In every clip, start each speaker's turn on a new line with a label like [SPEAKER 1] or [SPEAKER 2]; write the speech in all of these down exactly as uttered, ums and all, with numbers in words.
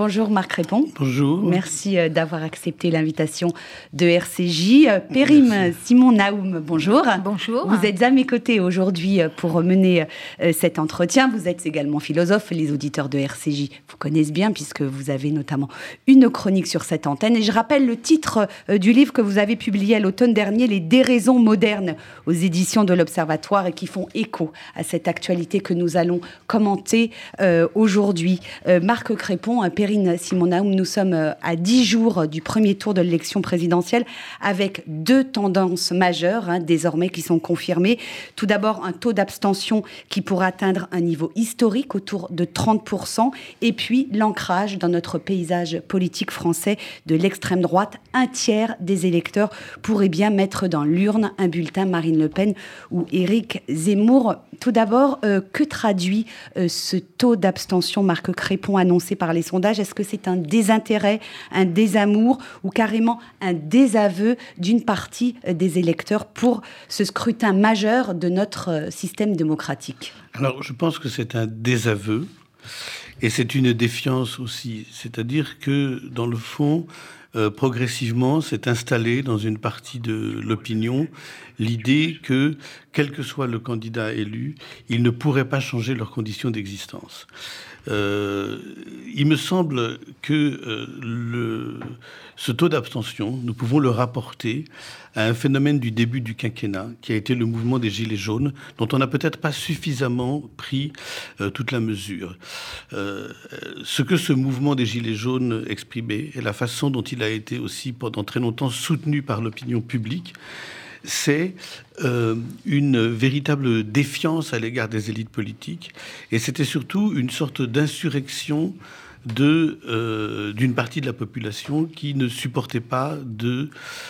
[SPEAKER 1] Bonjour Marc Crépon.
[SPEAKER 2] Bonjour.
[SPEAKER 1] Merci d'avoir accepté l'invitation de R C J. Périm Simon-Naoum, bonjour.
[SPEAKER 3] Bonjour.
[SPEAKER 1] Vous êtes à mes côtés aujourd'hui pour mener cet entretien. Vous êtes également philosophe. Les auditeurs de R C J vous connaissent bien puisque vous avez notamment une chronique sur cette antenne. Et je rappelle le titre du livre que vous avez publié à l'automne dernier, Les déraisons modernes, aux éditions de l'Observatoire, et qui font écho à cette actualité que nous allons commenter euh, aujourd'hui. Euh, Marc Crépon, Périm Simon-Naoum, nous sommes à dix jours du premier tour de l'élection présidentielle avec deux tendances majeures hein, désormais qui sont confirmées. Tout d'abord, un taux d'abstention qui pourra atteindre un niveau historique autour de trente pour cent, et puis l'ancrage dans notre paysage politique français de l'extrême droite. Un tiers des électeurs pourraient bien mettre dans l'urne un bulletin Marine Le Pen ou Éric Zemmour. Tout d'abord, euh, que traduit euh, ce taux d'abstention, Marc Crépon, annoncé par les sondages? Est-ce que c'est un désintérêt, un désamour ou carrément un désaveu d'une partie euh, des électeurs pour ce scrutin majeur de notre euh, système démocratique?
[SPEAKER 2] Alors, je pense que c'est un désaveu et c'est une défiance aussi. C'est-à-dire que, dans le fond, Euh, progressivement s'est installée dans une partie de l'opinion l'idée que, quel que soit le candidat élu, il ne pourrait pas changer leurs conditions d'existence. Euh, il me semble que euh, le, ce taux d'abstention, nous pouvons le rapporter à un phénomène du début du quinquennat, qui a été le mouvement des Gilets jaunes, dont on n'a peut-être pas suffisamment pris euh, toute la mesure. Euh, ce que ce mouvement des Gilets jaunes exprimait, et la façon dont il a été aussi pendant très longtemps soutenu par l'opinion publique, c'est euh, une véritable défiance à l'égard des élites politiques, et c'était surtout une sorte d'insurrection de euh, d'une partie de la population qui ne supportait pas de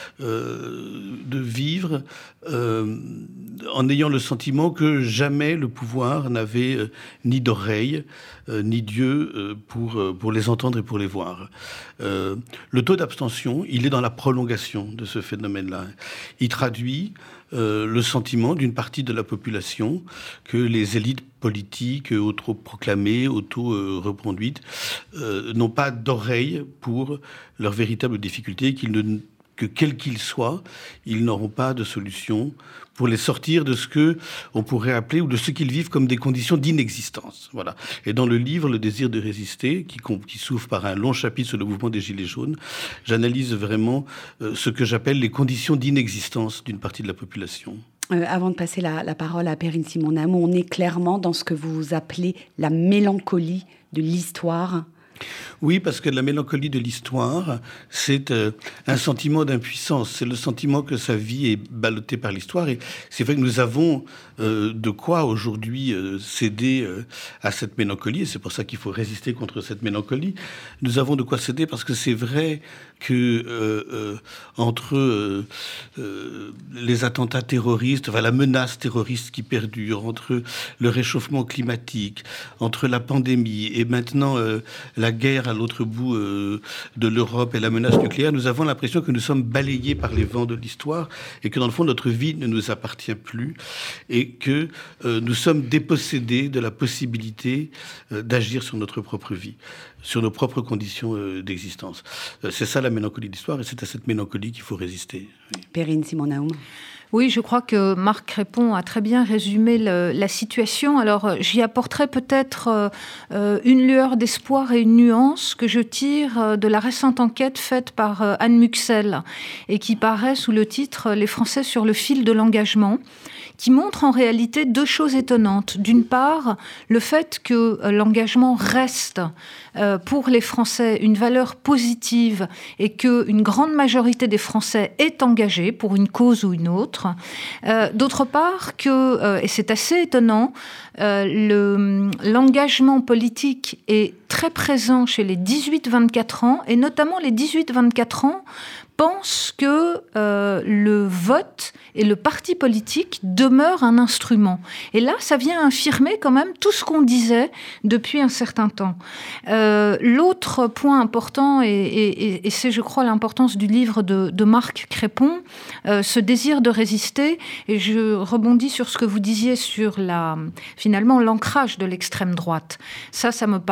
[SPEAKER 2] euh, de vivre euh, en ayant le sentiment que jamais le pouvoir n'avait euh, ni d'oreilles euh, ni d'yeux euh, pour euh, pour les entendre et pour les voir. Euh, le taux d'abstention, il est dans la prolongation de ce phénomène-là. Il traduit Euh, le sentiment d'une partie de la population que les élites politiques autoproclamées, auto-reconduites euh, n'ont pas d'oreille pour leurs véritables difficultés, qu'ils ne, que quels qu'ils soient, ils n'auront pas de solution pour les sortir de ce que on pourrait appeler, ou de ce qu'ils vivent comme des conditions d'inexistence. Voilà. Et dans le livre Le désir de résister, qui, qui s'ouvre par un long chapitre sur le mouvement des Gilets jaunes, j'analyse vraiment euh, ce que j'appelle les conditions d'inexistence d'une partie de la population.
[SPEAKER 1] Euh, avant de passer la, la parole à Périm Simon-Naoum, on est clairement dans ce que vous appelez la mélancolie de l'histoire.
[SPEAKER 2] Oui, parce que la mélancolie de l'histoire, c'est euh, un sentiment d'impuissance. C'est le sentiment que sa vie est ballottée par l'histoire. Et c'est vrai que nous avons euh, de quoi aujourd'hui euh, céder euh, à cette mélancolie. Et c'est pour ça qu'il faut résister contre cette mélancolie. Nous avons de quoi céder parce que c'est vrai que euh, euh, entre euh, euh, les attentats terroristes, enfin, la menace terroriste qui perdure, entre le réchauffement climatique, entre la pandémie et maintenant euh, la guerre à l'autre bout euh, de l'Europe et la menace nucléaire, nous avons l'impression que nous sommes balayés par les vents de l'histoire et que dans le fond notre vie ne nous appartient plus et que euh, nous sommes dépossédés de la possibilité euh, d'agir sur notre propre vie, sur nos propres conditions euh, d'existence. Euh, c'est ça la mélancolie de l'histoire et c'est à cette mélancolie qu'il faut résister. Oui.
[SPEAKER 1] Périm Simon-Naoum.
[SPEAKER 3] Oui, je crois que Marc Crépon a très bien résumé le, la situation. Alors, j'y apporterai peut-être euh, une lueur d'espoir et une nuance que je tire de la récente enquête faite par euh, Anne Muxel et qui paraît sous le titre « Les Français sur le fil de l'engagement », qui montre en réalité deux choses étonnantes. D'une part, le fait que euh, l'engagement reste euh, pour les Français une valeur positive et qu'une grande majorité des Français est engagée pour une cause ou une autre. Euh, d'autre part, que, euh, et c'est assez étonnant, euh, le, l'engagement politique est très présent chez les dix-huit vingt-quatre ans, et notamment les dix-huit vingt-quatre ans pensent que euh, le vote et le parti politique demeurent un instrument. Et là, ça vient infirmer quand même tout ce qu'on disait depuis un certain temps. Euh, l'autre point important, et, et, et c'est, je crois, l'importance du livre de, de Marc Crépon, euh, ce désir de résister, et je rebondis sur ce que vous disiez sur la, finalement l'ancrage de l'extrême droite. Ça, ça me paraît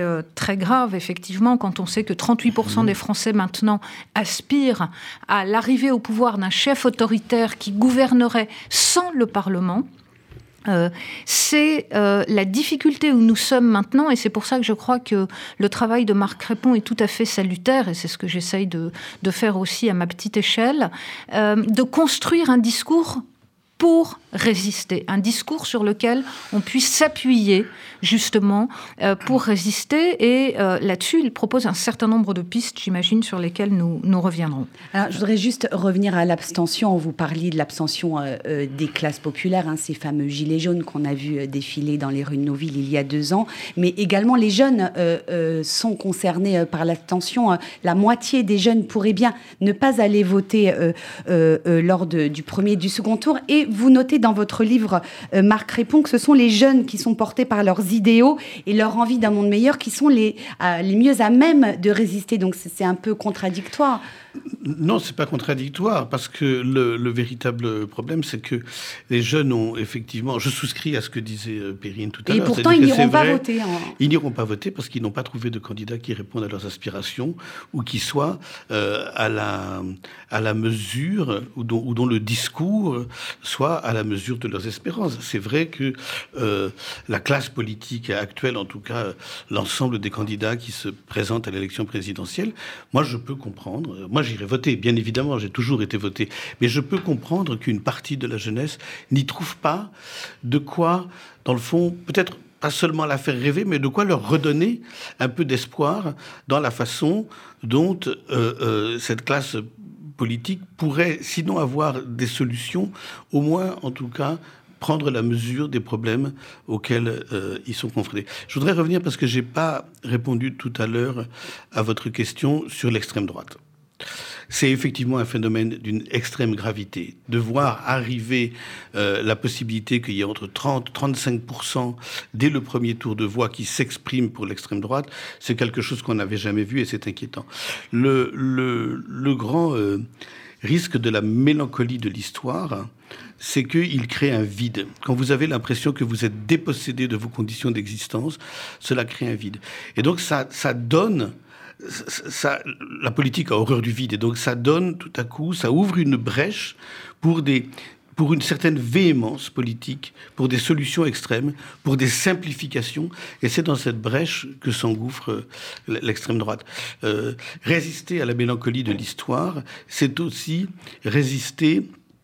[SPEAKER 3] euh, très grave, effectivement, quand on sait que trente-huit pour cent des Français maintenant aspirent à l'arrivée au pouvoir d'un chef autoritaire qui gouvernerait sans le Parlement. Euh, c'est euh, la difficulté où nous sommes maintenant, et c'est pour ça que je crois que le travail de Marc Crépon est tout à fait salutaire, et c'est ce que j'essaye de, de faire aussi à ma petite échelle, euh, de construire un discours pour résister, un discours sur lequel on puisse s'appuyer justement euh, pour résister, et euh, là-dessus il propose un certain nombre de pistes, j'imagine, sur lesquelles nous, nous reviendrons.
[SPEAKER 1] Alors, je voudrais juste revenir à l'abstention. Vous parliez de l'abstention euh, euh, des classes populaires, hein, ces fameux gilets jaunes qu'on a vus défiler dans les rues de nos villes il y a deux ans, mais également les jeunes euh, euh, sont concernés euh, par l'abstention. La moitié des jeunes pourraient bien ne pas aller voter euh, euh, euh, lors de, du premier et du second tour, et vous notez dans votre livre, euh, Marc Crépon, que ce sont les jeunes qui sont portés par leurs idéaux et leur envie d'un monde meilleur qui sont les, euh, les mieux à même de résister. Donc c'est, c'est un peu contradictoire.
[SPEAKER 2] Non, c'est pas contradictoire, parce que le, le véritable problème, c'est que les jeunes ont effectivement... Je souscris à ce que disait Perrine tout à
[SPEAKER 1] et
[SPEAKER 2] l'heure.
[SPEAKER 1] Et pourtant, ils n'iront pas voter. Hein.
[SPEAKER 2] Ils n'iront pas voter parce qu'ils n'ont pas trouvé de candidat qui réponde à leurs aspirations ou qui soit euh, à, la, à la mesure, ou dont, ou dont le discours soit à la mesure de leurs espérances. C'est vrai que euh, la classe politique actuelle, en tout cas l'ensemble des candidats qui se présentent à l'élection présidentielle, moi je peux comprendre... Moi, j'irai voter, bien évidemment, j'ai toujours été voté. Mais je peux comprendre qu'une partie de la jeunesse n'y trouve pas de quoi, dans le fond, peut-être pas seulement la faire rêver, mais de quoi leur redonner un peu d'espoir dans la façon dont euh, euh, cette classe politique pourrait, sinon avoir des solutions, au moins, en tout cas, prendre la mesure des problèmes auxquels euh, ils sont confrontés. Je voudrais revenir, parce que je n'ai pas répondu tout à l'heure à votre question sur l'extrême droite. C'est effectivement un phénomène d'une extrême gravité. De voir arriver euh, la possibilité qu'il y ait entre trente et trente-cinq pour cent dès le premier tour de voix qui s'expriment pour l'extrême droite, c'est quelque chose qu'on n'avait jamais vu, et c'est inquiétant. Le, le, le grand euh, risque de la mélancolie de l'histoire, c'est qu'il crée un vide. Quand vous avez l'impression que vous êtes dépossédé de vos conditions d'existence, cela crée un vide. Et donc ça, ça donne... Ça, la politique a horreur du vide, et donc ça donne tout à coup, ça ouvre une brèche pour, des, pour une certaine véhémence politique, pour des solutions extrêmes, pour des simplifications, et c'est dans cette brèche que s'engouffre l'extrême droite. Euh, résister à la mélancolie de l'histoire, c'est aussi résister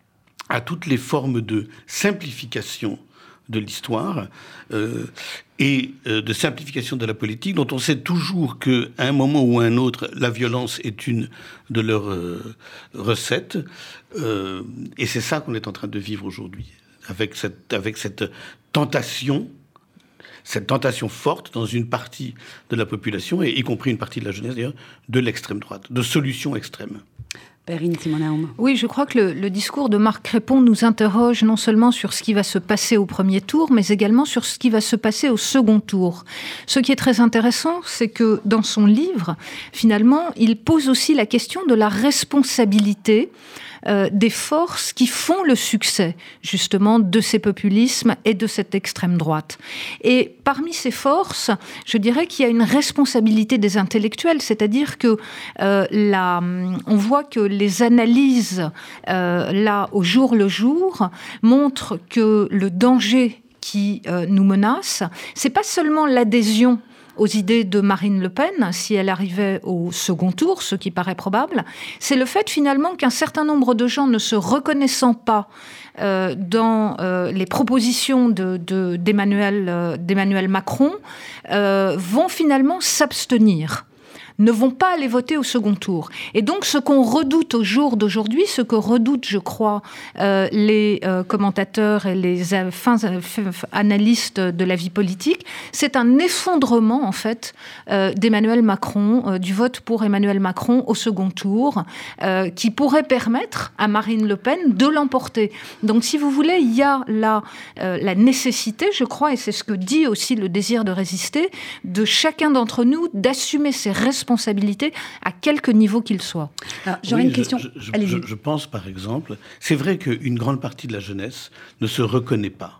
[SPEAKER 2] à toutes les formes de simplification de l'histoire euh, et euh, de simplification de la politique, dont on sait toujours qu'à un moment ou à un autre, la violence est une de leurs euh, recettes. Euh, et c'est ça qu'on est en train de vivre aujourd'hui, avec cette, avec cette tentation, cette tentation forte dans une partie de la population, et y compris une partie de la jeunesse d'ailleurs, de l'extrême droite, de solutions extrêmes.
[SPEAKER 1] Perrine Simon-Naoum.
[SPEAKER 3] Oui, je crois que le, le discours de Marc Crépon nous interroge non seulement sur ce qui va se passer au premier tour, mais également sur ce qui va se passer au second tour. Ce qui est très intéressant, c'est que dans son livre, finalement, il pose aussi la question de la responsabilité Euh, des forces qui font le succès, justement, de ces populismes et de cette extrême droite. Et parmi ces forces, je dirais qu'il y a une responsabilité des intellectuels, c'est-à-dire que euh, la, on voit que les analyses, euh, là, au jour le jour, montrent que le danger qui euh, nous menace, c'est pas seulement l'adhésion aux idées de Marine Le Pen, si elle arrivait au second tour, ce qui paraît probable, c'est le fait finalement qu'un certain nombre de gens ne se reconnaissant pas euh, dans euh, les propositions de, de, d'Emmanuel, euh, d'Emmanuel Macron euh, vont finalement s'abstenir, ne vont pas aller voter au second tour. Et donc, ce qu'on redoute au jour d'aujourd'hui, ce que redoutent, je crois, euh, les euh, commentateurs et les euh, fins, euh, analystes de la vie politique, c'est un effondrement, en fait, euh, d'Emmanuel Macron, euh, du vote pour Emmanuel Macron au second tour, euh, qui pourrait permettre à Marine Le Pen de l'emporter. Donc, si vous voulez, il y a là euh, la nécessité, je crois, et c'est ce que dit aussi le désir de résister, de chacun d'entre nous d'assumer ses responsabilités responsabilité à quelque niveau qu'il soit.
[SPEAKER 1] Alors, j'aurais
[SPEAKER 2] oui,
[SPEAKER 1] une question.
[SPEAKER 2] Je, je,
[SPEAKER 1] Allez-y.
[SPEAKER 2] Je, je pense, par exemple, c'est vrai qu'une grande partie de la jeunesse ne se reconnaît pas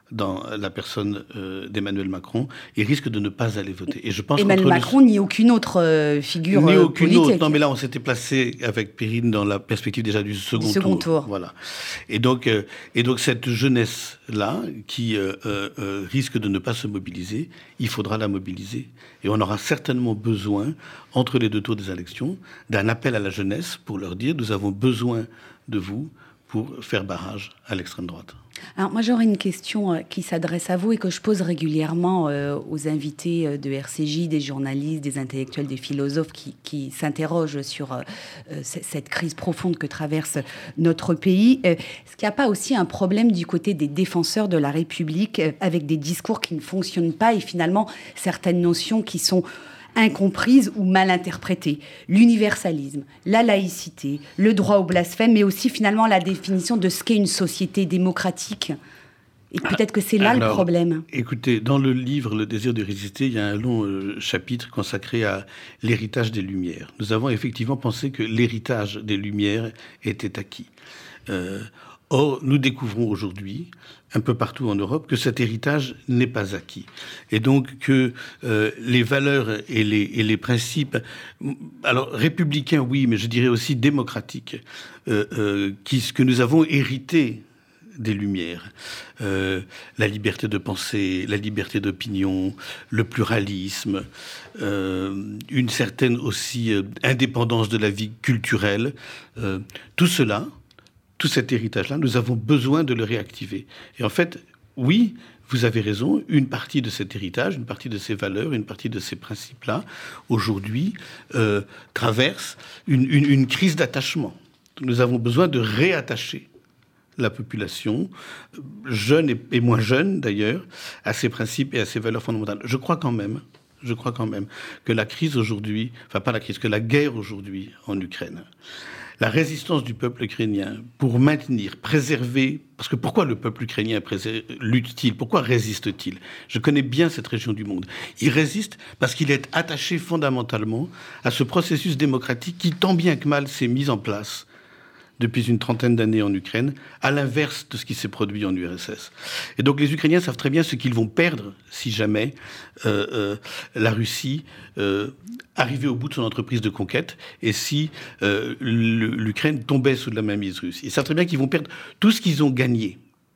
[SPEAKER 2] dans la personne euh, d'Emmanuel Macron et risque de ne pas aller voter. Et je pense
[SPEAKER 1] Emmanuel Macron le... ni aucune autre euh, figure
[SPEAKER 2] ni
[SPEAKER 1] euh,
[SPEAKER 2] aucune
[SPEAKER 1] politique.
[SPEAKER 2] Autre. Non, mais là, on s'était placé avec Perrine dans la perspective déjà du second,
[SPEAKER 1] du second
[SPEAKER 2] tour.
[SPEAKER 1] tour.
[SPEAKER 2] Voilà. Et donc, euh, et donc cette jeunesse-là, qui euh, euh, risque de ne pas se mobiliser, il faudra la mobiliser. Et on aura certainement besoin, entre les deux tours des élections, d'un appel à la jeunesse pour leur dire « nous avons besoin de vous pour faire barrage à l'extrême droite ».
[SPEAKER 1] Alors moi j'aurais une question euh, qui s'adresse à vous et que je pose régulièrement euh, aux invités euh, de R C J, des journalistes, des intellectuels, des philosophes qui, qui s'interrogent sur euh, euh, c- cette crise profonde que traverse notre pays. Euh, est-ce qu'il n'y a pas aussi un problème du côté des défenseurs de la République euh, avec des discours qui ne fonctionnent pas et finalement certaines notions qui sont incomprises ou mal interprétées? L'universalisme, la laïcité, le droit au blasphème, mais aussi finalement la définition de ce qu'est une société démocratique. Et peut-être que c'est là
[SPEAKER 2] Alors,
[SPEAKER 1] le problème.
[SPEAKER 2] Écoutez, dans le livre « Le désir de résister », il y a un long euh, chapitre consacré à l'héritage des Lumières. Nous avons effectivement pensé que l'héritage des Lumières était acquis. Euh, Or, nous découvrons aujourd'hui, un peu partout en Europe, que cet héritage n'est pas acquis. Et donc que euh, les valeurs et les, et les principes, alors républicains, oui, mais je dirais aussi démocratiques, euh, euh, qui, que nous avons hérité des Lumières, euh, la liberté de penser, la liberté d'opinion, le pluralisme, euh, une certaine aussi euh, indépendance de la vie culturelle, euh, tout cela, tout cet héritage-là, nous avons besoin de le réactiver. Et en fait, oui, vous avez raison, une partie de cet héritage, une partie de ces valeurs, une partie de ces principes-là, aujourd'hui, euh, traverse une, une, une crise d'attachement. Nous avons besoin de réattacher la population, jeune et, et moins jeune d'ailleurs, à ces principes et à ces valeurs fondamentales. Je crois quand même, je crois quand même que la crise aujourd'hui, enfin pas la crise, que la guerre aujourd'hui en Ukraine, la résistance du peuple ukrainien pour maintenir, préserver... Parce que pourquoi le peuple ukrainien lutte-t-il? Pourquoi résiste-t-il? Je connais bien cette région du monde. Il résiste parce qu'il est attaché fondamentalement à ce processus démocratique qui, tant bien que mal, s'est mis en place depuis une trentaine d'années en Ukraine, à l'inverse de ce qui s'est produit en U R S S. Et donc les Ukrainiens savent très bien ce qu'ils vont perdre si jamais euh, euh, la Russie euh, arrivait au bout de son entreprise de conquête et si euh, l'Ukraine tombait sous la mainmise russe. Ils savent très bien qu'ils vont perdre tout ce qu'ils ont gagné.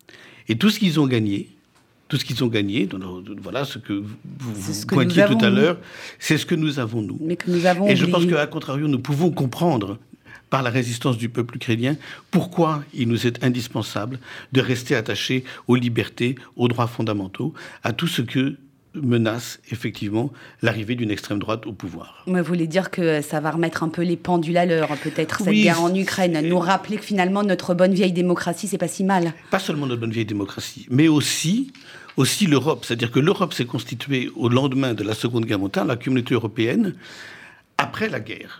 [SPEAKER 2] Et tout ce qu'ils ont gagné, tout ce qu'ils ont gagné, voilà ce que vous, vous
[SPEAKER 1] ce que
[SPEAKER 2] pointiez
[SPEAKER 1] nous
[SPEAKER 2] tout à
[SPEAKER 1] avons,
[SPEAKER 2] l'heure, c'est ce que nous avons nous.
[SPEAKER 1] Mais que nous avons
[SPEAKER 2] et je
[SPEAKER 1] oublié.
[SPEAKER 2] pense qu'à contrario, nous pouvons comprendre par la résistance du peuple ukrainien, pourquoi il nous est indispensable de rester attachés aux libertés, aux droits fondamentaux, à tout ce que menace effectivement l'arrivée d'une extrême droite au pouvoir.
[SPEAKER 1] Vous voulez dire que ça va remettre un peu les pendules à l'heure, peut-être, cette
[SPEAKER 2] oui,
[SPEAKER 1] guerre en Ukraine, nous rappeler que finalement notre bonne vieille démocratie, c'est pas si mal.
[SPEAKER 2] Pas seulement notre bonne vieille démocratie, mais aussi, aussi l'Europe. C'est-à-dire que l'Europe s'est constituée au lendemain de la Seconde Guerre mondiale, la communauté européenne, après la guerre.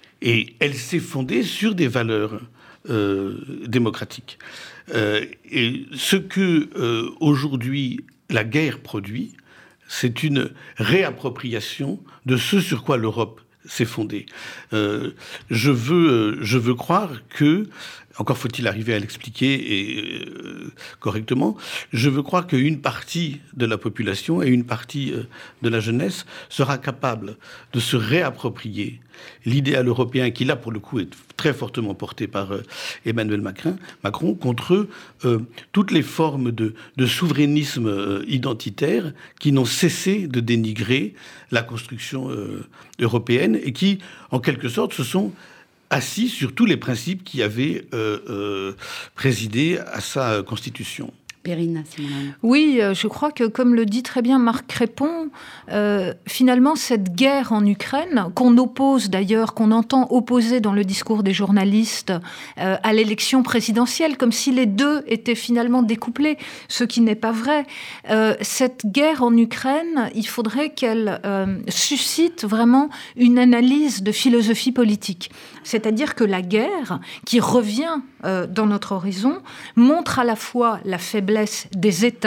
[SPEAKER 2] Et elle s'est fondée sur des valeurs euh, démocratiques. Euh, et ce que euh, aujourd'hui la guerre produit, c'est une réappropriation de ce sur quoi l'Europe s'est fondée. Euh, je veux, je veux croire que, encore faut-il arriver à l'expliquer et, euh, correctement, je veux croire qu'une partie de la population et une partie euh, de la jeunesse sera capable de se réapproprier l'idéal européen qui, là, pour le coup, est très fortement porté par euh, Emmanuel Macron, Macron contre euh, toutes les formes de, de souverainisme euh, identitaire qui n'ont cessé de dénigrer la construction euh, européenne et qui, en quelque sorte, se sont assis sur tous les principes qui avaient euh, euh, présidé à sa constitution.
[SPEAKER 1] Perrine, Simone.
[SPEAKER 3] Oui, je crois que, comme le dit très bien Marc Crépon, euh, finalement, cette guerre en Ukraine, qu'on oppose d'ailleurs, qu'on entend opposer dans le discours des journalistes euh, à l'élection présidentielle, comme si les deux étaient finalement découplés, ce qui n'est pas vrai. Euh, cette guerre en Ukraine, il faudrait qu'elle euh, suscite vraiment une analyse de philosophie politique. C'est-à-dire que la guerre, qui revient euh, dans notre horizon, montre à la fois la faiblesse des États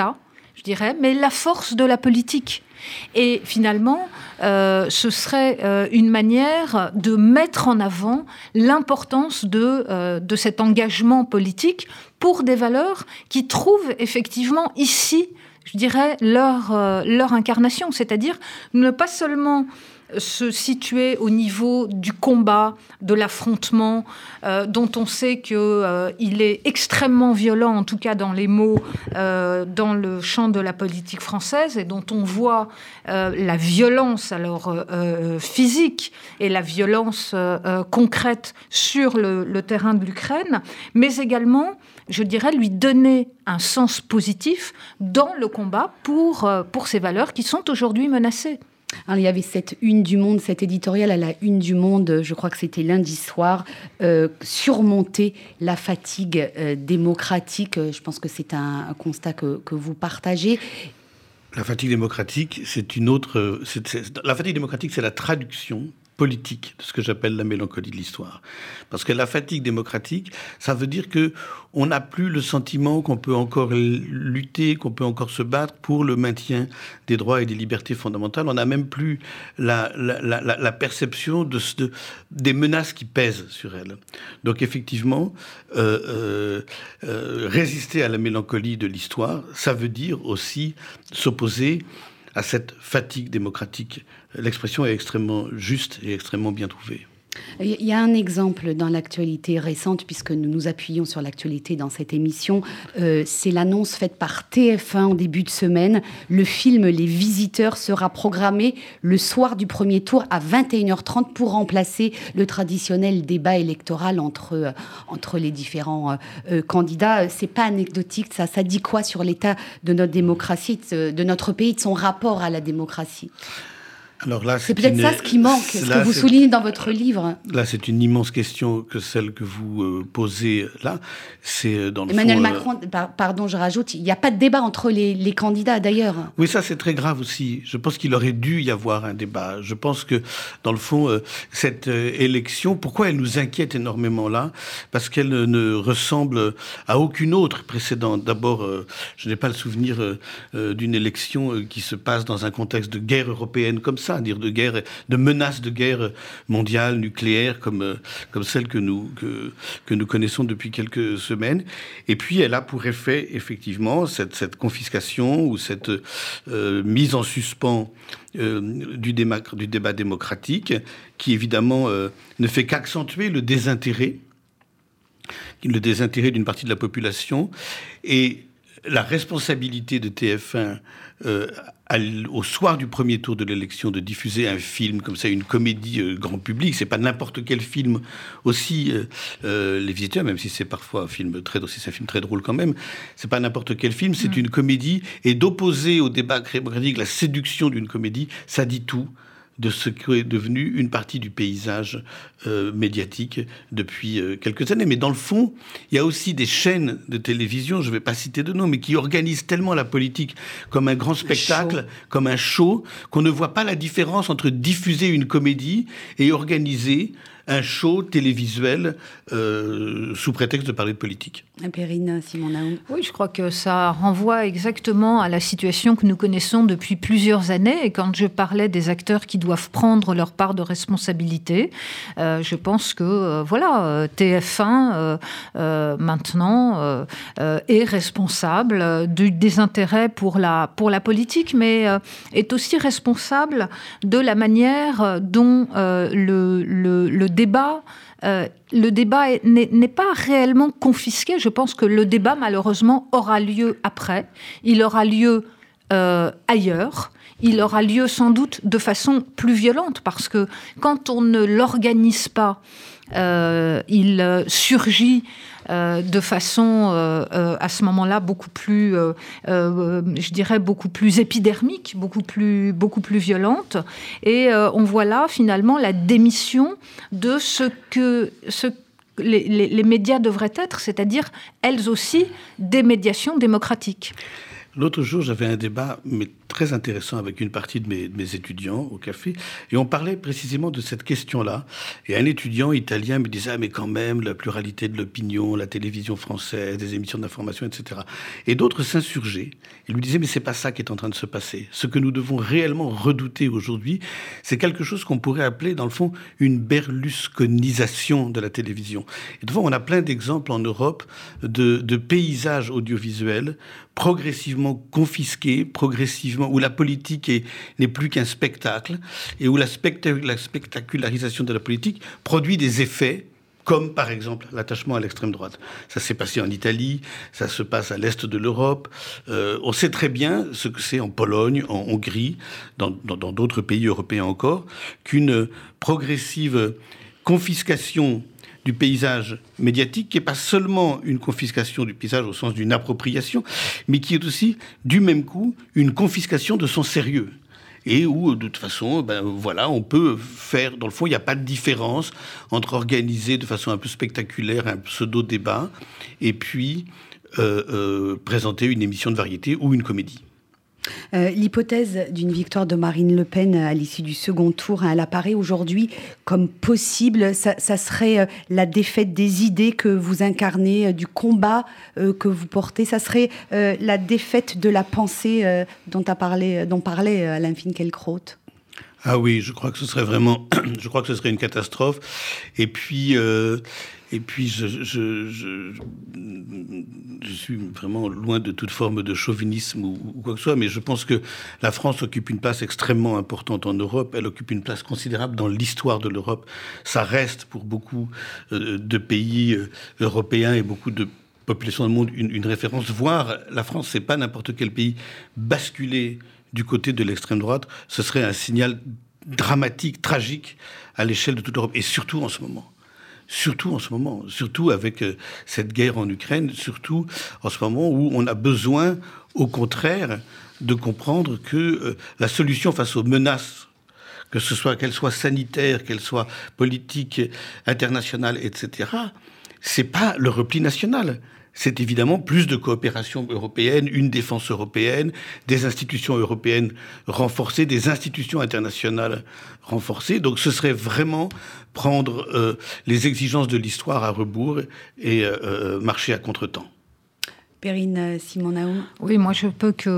[SPEAKER 3] je dirais, mais la force de la politique. Et finalement, euh, ce serait euh, une manière de mettre en avant l'importance de, euh, de cet engagement politique pour des valeurs qui trouvent effectivement ici, je dirais, leur, euh, leur incarnation. C'est-à-dire ne pas seulement se situer au niveau du combat, de l'affrontement, euh, dont on sait qu'il euh, est extrêmement violent, en tout cas dans les mots, euh, dans le champ de la politique française, et dont on voit euh, la violence alors euh, physique et la violence euh, concrète sur le, le terrain de l'Ukraine, mais également, je dirais, lui donner un sens positif dans le combat pour, euh, pour ces valeurs qui sont aujourd'hui menacées.
[SPEAKER 1] Alors, il y avait cette une du Monde, cette éditorial à la une du Monde, je crois que c'était lundi soir, euh, surmonter la fatigue euh, démocratique. Je pense que c'est un, un constat que, que vous partagez.
[SPEAKER 2] La fatigue démocratique, c'est une autre... C'est, c'est, la fatigue démocratique, c'est la traduction politique de ce que j'appelle la mélancolie de l'histoire. Parce que la fatigue démocratique, ça veut dire que on n'a plus le sentiment qu'on peut encore lutter, qu'on peut encore se battre pour le maintien des droits et des libertés fondamentales. On n'a même plus la, la, la, la perception de, de, des menaces qui pèsent sur elle. Donc effectivement, euh, euh, euh, résister à la mélancolie de l'histoire, ça veut dire aussi s'opposer à cette fatigue démocratique. L'expression est extrêmement juste et extrêmement bien trouvée.
[SPEAKER 1] Il y a un exemple dans l'actualité récente, puisque nous nous appuyons sur l'actualité dans cette émission. Euh, c'est l'annonce faite par T F un en début de semaine. Le film Les Visiteurs sera programmé le soir du premier tour à vingt et une heures trente pour remplacer le traditionnel débat électoral entre, euh, entre les différents euh, candidats. C'est pas anecdotique, ça, ça dit quoi sur l'état de notre démocratie, de, de notre pays, de son rapport à la démocratie ?
[SPEAKER 2] Alors là,
[SPEAKER 1] c'est,
[SPEAKER 2] c'est
[SPEAKER 1] peut-être
[SPEAKER 2] une...
[SPEAKER 1] ça ce qui manque, ce
[SPEAKER 2] là,
[SPEAKER 1] que vous soulignez dans votre livre.
[SPEAKER 2] Là, c'est une immense question que celle que vous euh, posez là. C'est dans le
[SPEAKER 1] Emmanuel
[SPEAKER 2] fond,
[SPEAKER 1] Macron, euh... par, pardon, je rajoute, il n'y a pas de débat entre les, les candidats d'ailleurs.
[SPEAKER 2] Oui, ça c'est très grave aussi. Je pense qu'il aurait dû y avoir un débat. Je pense que dans le fond, euh, cette euh, élection, pourquoi elle nous inquiète énormément là ? Parce qu'elle ne ressemble à aucune autre précédente. D'abord, euh, je n'ai pas le souvenir euh, d'une élection euh, qui se passe dans un contexte de guerre européenne comme ça. Dire de guerre, de menaces de guerre mondiale, nucléaire, comme, comme celle que nous, que, que nous connaissons depuis quelques semaines. Et puis, elle a pour effet, effectivement, cette, cette confiscation ou cette euh, mise en suspens euh, du, déma, du débat démocratique, qui, évidemment, euh, ne fait qu'accentuer le désintérêt, le désintérêt d'une partie de la population. Et la responsabilité de T F un euh, au soir du premier tour de l'élection de diffuser un film comme ça, une comédie euh, grand public, c'est pas n'importe quel film aussi, euh, euh, Les Visiteurs, même si c'est parfois un film très, c'est un film très drôle quand même, c'est pas n'importe quel film, c'est mmh. une comédie, et d'opposer au débat démocratique la séduction d'une comédie, ça dit tout de ce qui est devenu une partie du paysage euh, médiatique depuis euh, quelques années. Mais dans le fond, il y a aussi des chaînes de télévision, je ne vais pas citer de nom, mais qui organisent tellement la politique comme un grand spectacle, comme un show, qu'on ne voit pas la différence entre diffuser une comédie et organiser un show télévisuel euh, sous prétexte de parler de politique.
[SPEAKER 1] Perrine Simon-Naoum.
[SPEAKER 3] Oui, je crois que ça renvoie exactement à la situation que nous connaissons depuis plusieurs années. Et quand je parlais des acteurs qui doivent prendre leur part de responsabilité, euh, je pense que euh, voilà, T F un euh, euh, maintenant euh, euh, est responsable du désintérêt pour la, pour la politique, mais euh, est aussi responsable de la manière dont euh, le, le, le débat Euh, le débat est, n'est, n'est pas réellement confisqué. Je pense que le débat, malheureusement, aura lieu après. Il aura lieu euh, ailleurs. Il aura lieu sans doute de façon plus violente, parce que quand on ne l'organise pas, euh, il euh, surgit Euh, de façon, euh, euh, à ce moment-là, beaucoup plus, euh, euh, je dirais, beaucoup plus épidermique, beaucoup plus, beaucoup plus violente. Et euh, on voit là, finalement, la démission de ce que... Ce Les, les, les médias devraient être, c'est-à-dire, elles aussi, des médiations démocratiques.
[SPEAKER 2] L'autre jour, j'avais un débat, mais très intéressant, avec une partie de mes, de mes étudiants au café, et on parlait précisément de cette question-là. Et un étudiant italien me disait, ah, mais quand même, la pluralité de l'opinion, la télévision française, des émissions d'information, et cetera. Et d'autres s'insurgeaient. Ils lui disaient, mais c'est pas ça qui est en train de se passer. Ce que nous devons réellement redouter aujourd'hui, c'est quelque chose qu'on pourrait appeler, dans le fond, une berlusconisation de la télévision. Et devant, on a plein d'exemples en Europe de, de paysages audiovisuels progressivement confisqués, progressivement, où la politique est, n'est plus qu'un spectacle, et où la, specta- la spectacularisation de la politique produit des effets, comme par exemple l'attachement à l'extrême droite. Ça s'est passé en Italie, ça se passe à l'est de l'Europe. Euh, on sait très bien ce que c'est en Pologne, en Hongrie, dans, dans, dans d'autres pays européens encore, qu'une progressive confiscation du paysage médiatique, qui n'est pas seulement une confiscation du paysage au sens d'une appropriation, mais qui est aussi, du même coup, une confiscation de son sérieux. Et où, de toute façon, ben, voilà, on peut faire... Dans le fond, il n'y a pas de différence entre organiser de façon un peu spectaculaire un pseudo-débat et puis euh, euh, présenter une émission de variété ou une comédie.
[SPEAKER 1] Euh, l'hypothèse d'une victoire de Marine Le Pen à l'issue du second tour, hein, elle apparaît aujourd'hui comme possible. Ça, ça serait euh, la défaite des idées que vous incarnez, euh, du combat euh, que vous portez. Ça serait euh, la défaite de la pensée euh, dont, a parlé, dont parlait euh, Alain Finkielkraut.
[SPEAKER 2] Ah oui, je crois que ce serait vraiment... je crois que ce serait une catastrophe. Et puis... Euh... Et puis, je, je, je, je suis vraiment loin de toute forme de chauvinisme ou, ou quoi que ce soit, mais je pense que la France occupe une place extrêmement importante en Europe. Elle occupe une place considérable dans l'histoire de l'Europe. Ça reste pour beaucoup euh, de pays euh, européens et beaucoup de populations du monde une, une référence. Voire, la France, c'est pas n'importe quel pays. Basculer du côté de l'extrême droite, ce serait un signal dramatique, tragique à l'échelle de toute l'Europe. Et surtout en ce moment. Surtout en ce moment, surtout avec euh, cette guerre en Ukraine, surtout en ce moment où on a besoin, au contraire, de comprendre que euh, la solution face aux menaces, que ce soit qu'elles soient sanitaires, qu'elles soient politiques, internationales, et cetera, c'est pas le repli national. C'est évidemment plus de coopération européenne, une défense européenne, des institutions européennes renforcées, des institutions internationales renforcées. Donc ce serait vraiment prendre euh, les exigences de l'histoire à rebours et euh, marcher à contretemps.
[SPEAKER 1] Perrine Simon-Naoum.
[SPEAKER 3] Oui, moi je peux que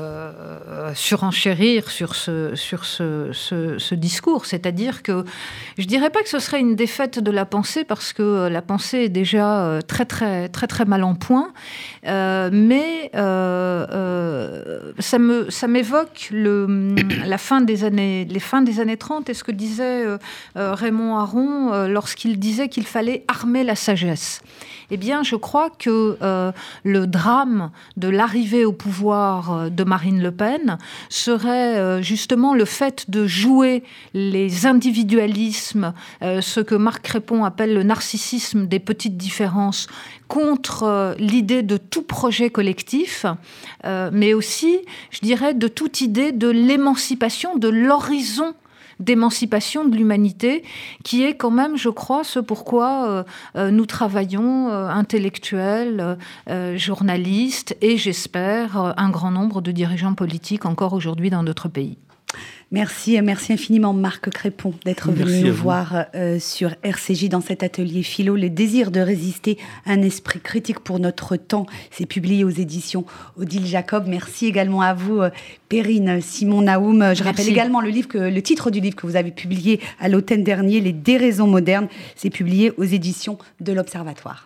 [SPEAKER 3] euh, surenchérir sur ce, sur ce, ce, ce discours, c'est-à-dire que je dirais pas que ce serait une défaite de la pensée, parce que la pensée est déjà très très très très mal en point, euh, mais euh, euh, ça me ça m'évoque le la fin des années les fins des années trente, et ce que disait euh, Raymond Aron euh, lorsqu'il disait qu'il fallait armer la sagesse. Eh bien, je crois que euh, le drame de l'arrivée au pouvoir de Marine Le Pen serait euh, justement le fait de jouer les individualismes, euh, ce que Marc Crépon appelle le narcissisme des petites différences, contre euh, l'idée de tout projet collectif, euh, mais aussi, je dirais, de toute idée de l'émancipation, de l'horizon d'émancipation de l'humanité, qui est quand même, je crois, ce pourquoi euh, euh, nous travaillons, euh, intellectuels, euh, journalistes, et j'espère euh, un grand nombre de dirigeants politiques encore aujourd'hui dans notre pays.
[SPEAKER 1] Merci, merci infiniment Marc Crépon d'être
[SPEAKER 2] Merci
[SPEAKER 1] venu nous
[SPEAKER 2] vous.
[SPEAKER 1] voir euh, sur R C J dans cet atelier philo. Les désirs de résister, un esprit critique pour notre temps. C'est publié aux éditions Odile Jacob. Merci également à vous, euh, Perrine Simon-Naoum. Je Merci. rappelle également le, livre que, le titre du livre que vous avez publié à l'automne dernier, Les déraisons modernes. C'est publié aux éditions de l'Observatoire.